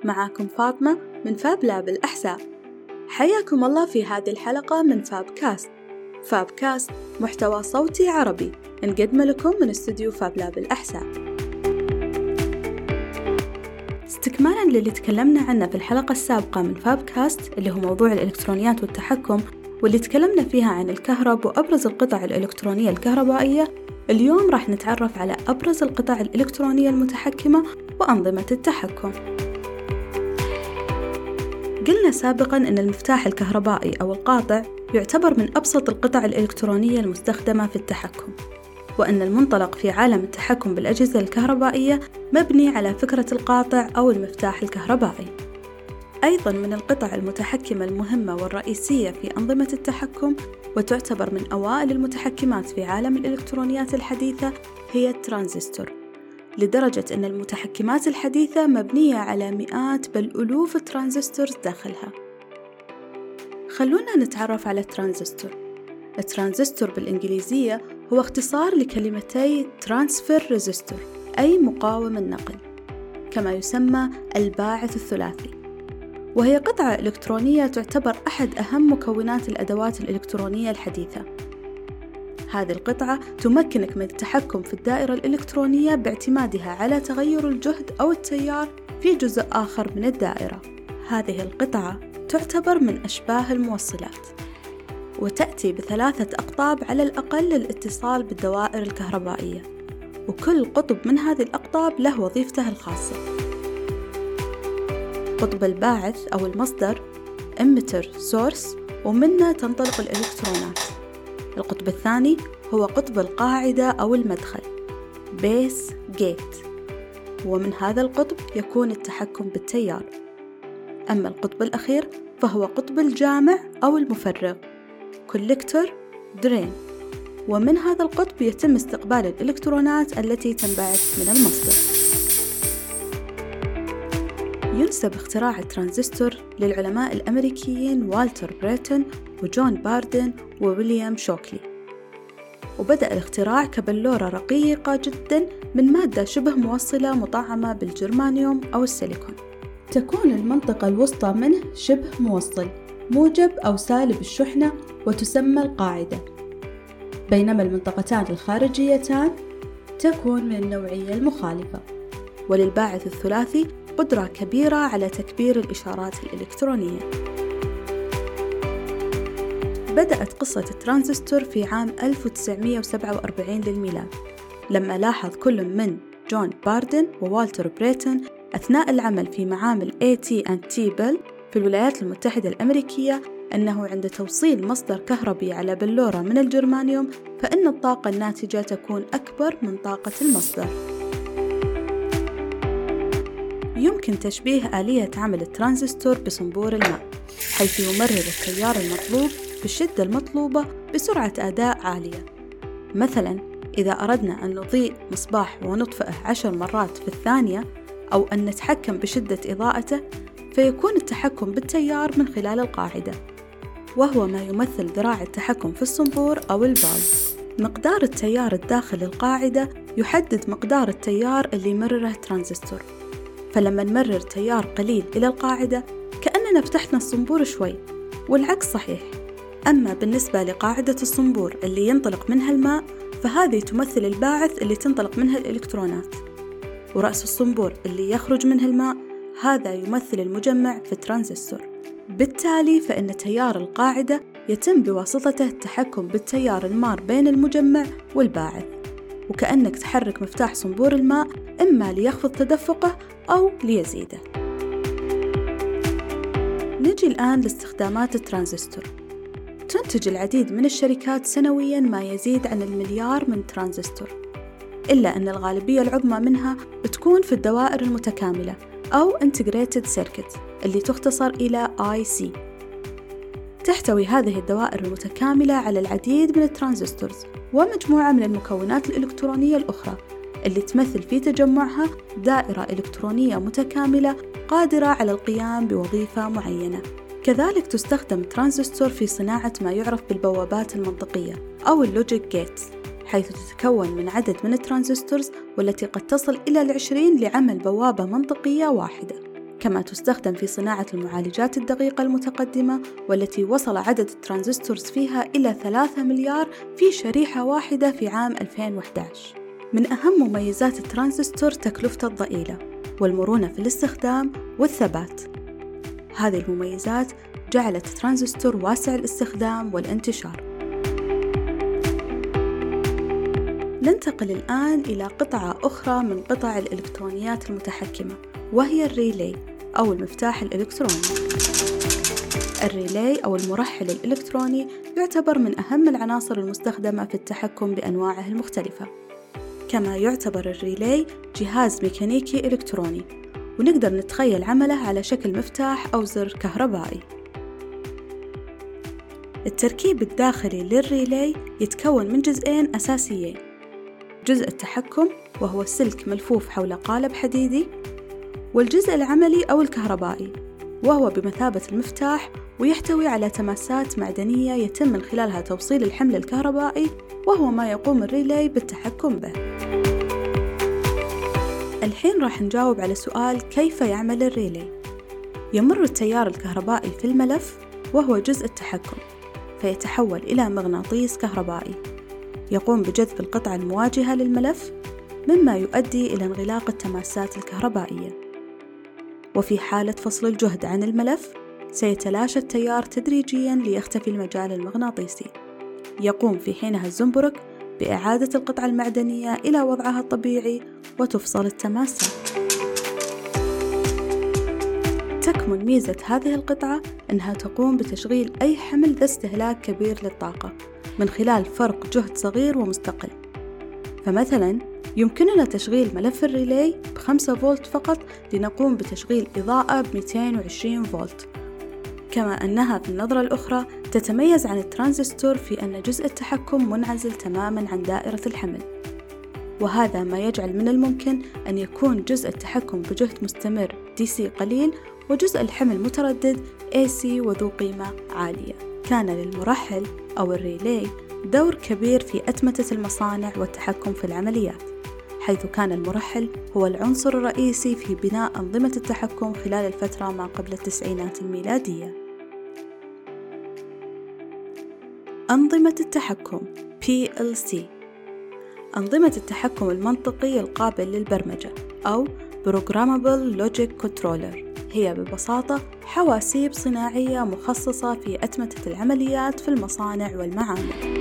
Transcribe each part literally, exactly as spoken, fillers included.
معاكم فاطمة من فاب لاب الأحساء. حياكم الله في هذه الحلقة من فاب كاست. فاب كاست محتوى صوتي عربي نقدم لكم من استوديو فاب لاب الأحساء. استكمالا للي تكلمنا عنه في الحلقة السابقة من فاب كاست اللي هو موضوع الإلكترونيات والتحكم، واللي تكلمنا فيها عن الكهرب وأبرز القطع الإلكترونية الكهربائية، اليوم راح نتعرف على أبرز القطع الإلكترونية المتحكمة وأنظمة التحكم. قلنا سابقاً أن المفتاح الكهربائي أو القاطع يعتبر من أبسط القطع الإلكترونية المستخدمة في التحكم، وأن المنطلق في عالم التحكم بالأجهزة الكهربائية مبني على فكرة القاطع أو المفتاح الكهربائي. أيضاً من القطع المتحكمة المهمة والرئيسية في أنظمة التحكم، وتعتبر من أوائل المتحكمات في عالم الإلكترونيات الحديثة، هي الترانزستور، لدرجة أن المتحكمات الحديثة مبنية على مئات بل ألوف الترانزستورز داخلها. خلونا نتعرف على الترانزستور. الترانزستور بالإنجليزية هو اختصار لكلمتي ترانسفير ريزستور، أي مقاوم النقل، كما يسمى الباعث الثلاثي، وهي قطعة إلكترونية تعتبر أحد أهم مكونات الأدوات الإلكترونية الحديثة. هذه القطعة تمكنك من التحكم في الدائرة الإلكترونية باعتمادها على تغير الجهد أو التيار في جزء آخر من الدائرة. هذه القطعة تعتبر من أشباه الموصلات، وتأتي بثلاثة أقطاب على الأقل للاتصال بالدوائر الكهربائية، وكل قطب من هذه الأقطاب له وظيفته الخاصة. قطب الباعث أو المصدر emitter source، ومنه تنطلق الإلكترونات. القطب الثاني هو قطب القاعدة أو المدخل base gate، ومن هذا القطب يكون التحكم بالتيار. أما القطب الأخير فهو قطب الجامع أو المفرغ collector drain، ومن هذا القطب يتم استقبال الإلكترونات التي تنبعث من المصدر. ينسب اختراع الترانزستور للعلماء الأمريكيين والتر بريتون وجون باردن وويليام شوكلي، وبدأ الاختراع كبلورة رقيقة جدا من مادة شبه موصلة مطعمة بالجرمانيوم أو السيليكون. تكون المنطقة الوسطى منه شبه موصل موجب أو سالب الشحنة وتسمى القاعدة، بينما المنطقتان الخارجيتان تكون من النوعية المخالفة. وللباعث الثلاثي قدرة كبيرة على تكبير الإشارات الإلكترونية. بدأت قصة الترانزستور في عام ألف وتسعمئة وسبعة وأربعين للميلاد، لما لاحظ كل من جون باردن ووالتر بريتون أثناء العمل في معامل إيه تي أند تي Bell في الولايات المتحدة الأمريكية أنه عند توصيل مصدر كهربي على بلورة من الجرمانيوم فإن الطاقة الناتجة تكون أكبر من طاقة المصدر. يمكن تشبيه آلية عمل الترانزستور بصنبور الماء، حيث يمرر التيار المطلوب بالشدة المطلوبة بسرعة أداء عالية. مثلا إذا أردنا أن نضيء مصباح ونطفئه عشر مرات في الثانية، أو أن نتحكم بشدة إضاءته، فيكون التحكم بالتيار من خلال القاعدة، وهو ما يمثل ذراع التحكم في الصنبور أو الفالف. مقدار التيار الداخل القاعدة يحدد مقدار التيار اللي يمرره الترانزستور، فلما نمرر تيار قليل إلى القاعدة كأننا فتحنا الصنبور شوي، والعكس صحيح. أما بالنسبة لقاعدة الصنبور اللي ينطلق منها الماء، فهذه تمثل الباعث اللي تنطلق منها الإلكترونات، ورأس الصنبور اللي يخرج منها الماء هذا يمثل المجمع في الترانزستور. بالتالي فإن تيار القاعدة يتم بواسطته التحكم بالتيار المار بين المجمع والباعث، وكأنك تحرك مفتاح صنبور الماء إما ليخفض تدفقه أو ليزيده. نجي الآن لاستخدامات الترانزستور. تنتج العديد من الشركات سنوياً ما يزيد عن المليار من ترانزستور، إلا أن الغالبية العظمى منها بتكون في الدوائر المتكاملة أو Integrated Circuit اللي تختصر إلى آي سي. تحتوي هذه الدوائر المتكاملة على العديد من الترانزستورز ومجموعة من المكونات الإلكترونية الأخرى اللي تمثل في تجمعها دائرة إلكترونية متكاملة قادرة على القيام بوظيفة معينة. كذلك تستخدم الترانزستور في صناعة ما يعرف بالبوابات المنطقية أو اللوجيك جيتس، حيث تتكون من عدد من الترانزستورز والتي قد تصل إلى العشرين لعمل بوابة منطقية واحدة. كما تستخدم في صناعة المعالجات الدقيقة المتقدمة والتي وصل عدد الترانزستورز فيها إلى ثلاثة مليار في شريحة واحدة في عام ألفين وإحدى عشر. من أهم مميزات الترانزستور تكلفته الضئيلة والمرونة في الاستخدام والثبات. هذه المميزات جعلت الترانزستور واسع الاستخدام والانتشار. ننتقل الآن إلى قطعة أخرى من قطع الإلكترونيات المتحكمة، وهي الريلي أو المفتاح الإلكتروني. الريلي أو المرحل الإلكتروني يعتبر من أهم العناصر المستخدمة في التحكم بأنواعه المختلفة. كما يعتبر الريلي جهاز ميكانيكي إلكتروني، ونقدر نتخيل عمله على شكل مفتاح أو زر كهربائي. التركيب الداخلي للريلي يتكون من جزئين أساسيين: جزء التحكم وهو سلك ملفوف حول قالب حديدي، والجزء العملي أو الكهربائي وهو بمثابة المفتاح ويحتوي على تماسات معدنية يتم من خلالها توصيل الحمل الكهربائي، وهو ما يقوم الريلي بالتحكم به. الحين راح نجاوب على سؤال: كيف يعمل الريلي؟ يمر التيار الكهربائي في الملف وهو جزء التحكم، فيتحول إلى مغناطيس كهربائي يقوم بجذب القطعة المواجهة للملف، مما يؤدي إلى انغلاق التماسات الكهربائية. وفي حالة فصل الجهد عن الملف سيتلاشى التيار تدريجياً ليختفي المجال المغناطيسي. يقوم في حينها الزنبرك بإعادة القطعة المعدنية إلى وضعها الطبيعي وتفصل التماسات. تكمن ميزة هذه القطعة أنها تقوم بتشغيل أي حمل ذا استهلاك كبير للطاقة من خلال فرق جهد صغير ومستقل. فمثلاً يمكننا تشغيل ملف الريلي بخمسة فولت فقط لنقوم بتشغيل إضاءة بمئتين وعشرين فولت. كما أنها في النظرة الأخرى تتميز عن الترانزستور في أن جزء التحكم منعزل تماماً عن دائرة الحمل، وهذا ما يجعل من الممكن أن يكون جزء التحكم بجهد مستمر دي سي قليل وجزء الحمل متردد إيه سي وذو قيمة عالية. كان للمرحل أو الريلي دور كبير في أتمتة المصانع والتحكم في العمليات، حيث كان المرحل هو العنصر الرئيسي في بناء أنظمة التحكم خلال الفترة ما قبل التسعينات الميلادية. أنظمة التحكم بي إل سي، أنظمة التحكم المنطقي القابل للبرمجة أو Programmable Logic Controller، هي ببساطة حواسيب صناعية مخصصة في أتمتة العمليات في المصانع والمعامل.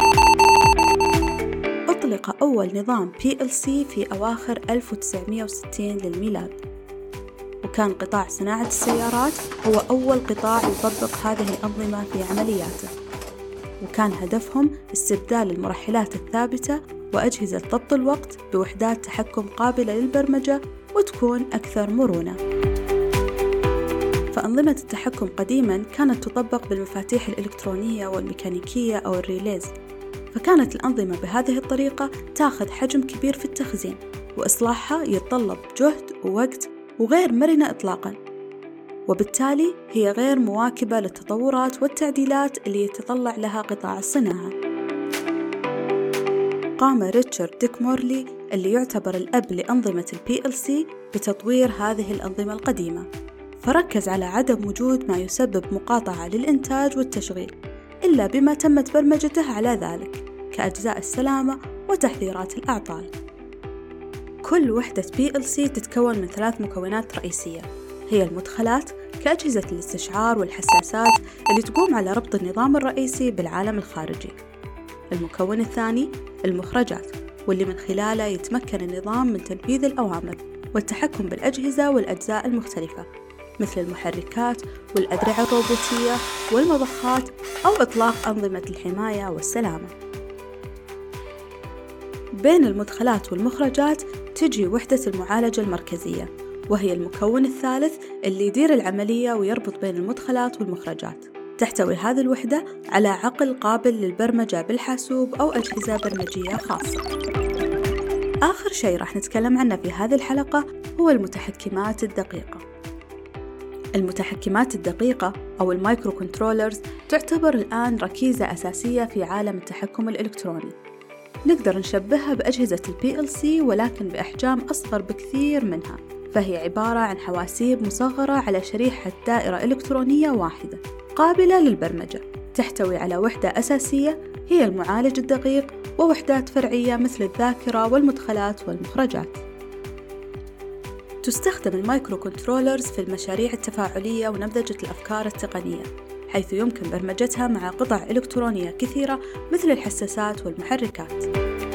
أطلق أول نظام بي إل سي في أواخر ألف وتسعمئة وستين للميلاد، وكان قطاع صناعة السيارات هو أول قطاع يطبق هذه الأنظمة في عملياته، وكان هدفهم استبدال المرحلات الثابتة وأجهزة ضبط الوقت بوحدات تحكم قابلة للبرمجة وتكون أكثر مرونة. فأنظمة التحكم قديماً كانت تطبق بالمفاتيح الإلكترونية والميكانيكية أو الريليز، فكانت الأنظمة بهذه الطريقة تأخذ حجم كبير في التخزين، وإصلاحها يتطلب جهد ووقت وغير مرنة إطلاقاً، وبالتالي هي غير مواكبة للتطورات والتعديلات اللي يتطلع لها قطاع الصناعة. قام ريتشارد ديك مورلي اللي يعتبر الأب لأنظمة البي إل سي بتطوير هذه الأنظمة القديمة، فركز على عدم وجود ما يسبب مقاطعة للإنتاج والتشغيل إلا بما تمت برمجته على ذلك كأجزاء السلامة وتحذيرات الأعطال. كل وحدة بي إل سي تتكون من ثلاث مكونات رئيسية، هي المدخلات كأجهزة الاستشعار والحساسات اللي تقوم على ربط النظام الرئيسي بالعالم الخارجي. المكون الثاني المخرجات، واللي من خلاله يتمكن النظام من تنفيذ الأوامر والتحكم بالأجهزة والأجزاء المختلفة مثل المحركات والأدرعة الروبوتية والمضخات أو إطلاق أنظمة الحماية والسلامة. بين المدخلات والمخرجات تجي وحدة المعالجة المركزية، وهي المكون الثالث اللي يدير العملية ويربط بين المدخلات والمخرجات. تحتوي هذه الوحدة على عقل قابل للبرمجة بالحاسوب أو أجهزة برمجية خاصة. آخر شيء راح نتكلم عنه في هذه الحلقة هو المتحكمات الدقيقة. المتحكمات الدقيقة أو المايكرو كنترولرز تعتبر الآن ركيزة أساسية في عالم التحكم الإلكتروني. نقدر نشبهها بأجهزة البي إل سي ولكن بأحجام أصغر بكثير منها، فهي عبارة عن حواسيب مصغرة على شريحة دائرة إلكترونية واحدة قابلة للبرمجة، تحتوي على وحدة أساسية هي المعالج الدقيق ووحدات فرعية مثل الذاكرة والمدخلات والمخرجات. تستخدم المايكرو كنترولرز في المشاريع التفاعلية ونمذجة الأفكار التقنية، حيث يمكن برمجتها مع قطع إلكترونية كثيرة مثل الحساسات والمحركات.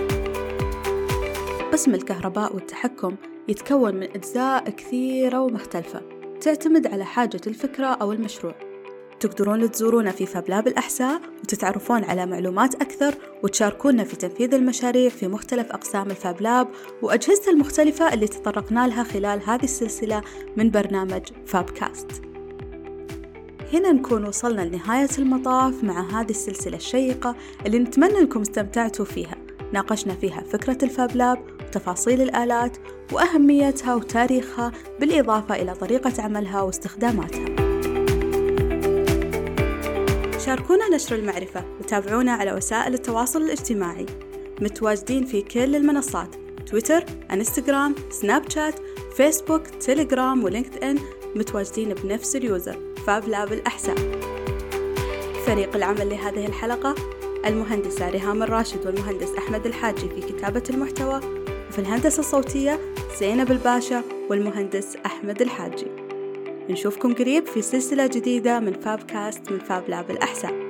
قسم الكهرباء والتحكم يتكون من أجزاء كثيرة ومختلفة تعتمد على حاجة الفكرة أو المشروع. تقدرون تزورونا في فابلاب الأحساء وتتعرفون على معلومات أكثر وتشاركونا في تنفيذ المشاريع في مختلف أقسام الفابلاب وأجهزة المختلفة اللي تطرقنا لها خلال هذه السلسلة من برنامج فابكاست. هنا نكون وصلنا لنهاية المطاف مع هذه السلسلة الشيقة اللي نتمنى أنكم استمتعتوا فيها. ناقشنا فيها فكرة الفابلاب وتفاصيل الآلات وأهميتها وتاريخها، بالإضافة إلى طريقة عملها واستخداماتها. شاركونا نشر المعرفة وتابعونا على وسائل التواصل الاجتماعي، متواجدين في كل المنصات: تويتر، انستغرام، سناب شات، فيسبوك، تيليجرام ولينكد إن، متواجدين بنفس اليوزر فابلاب الأحساء. فريق العمل لهذه الحلقة: المهندسة ريهام الراشد والمهندس أحمد الحاجي في كتابة المحتوى، وفي الهندسة الصوتية زينب الباشا والمهندس أحمد الحاجي. نشوفكم قريب في سلسلة جديدة من فابكاست من فابلاب الأحساء.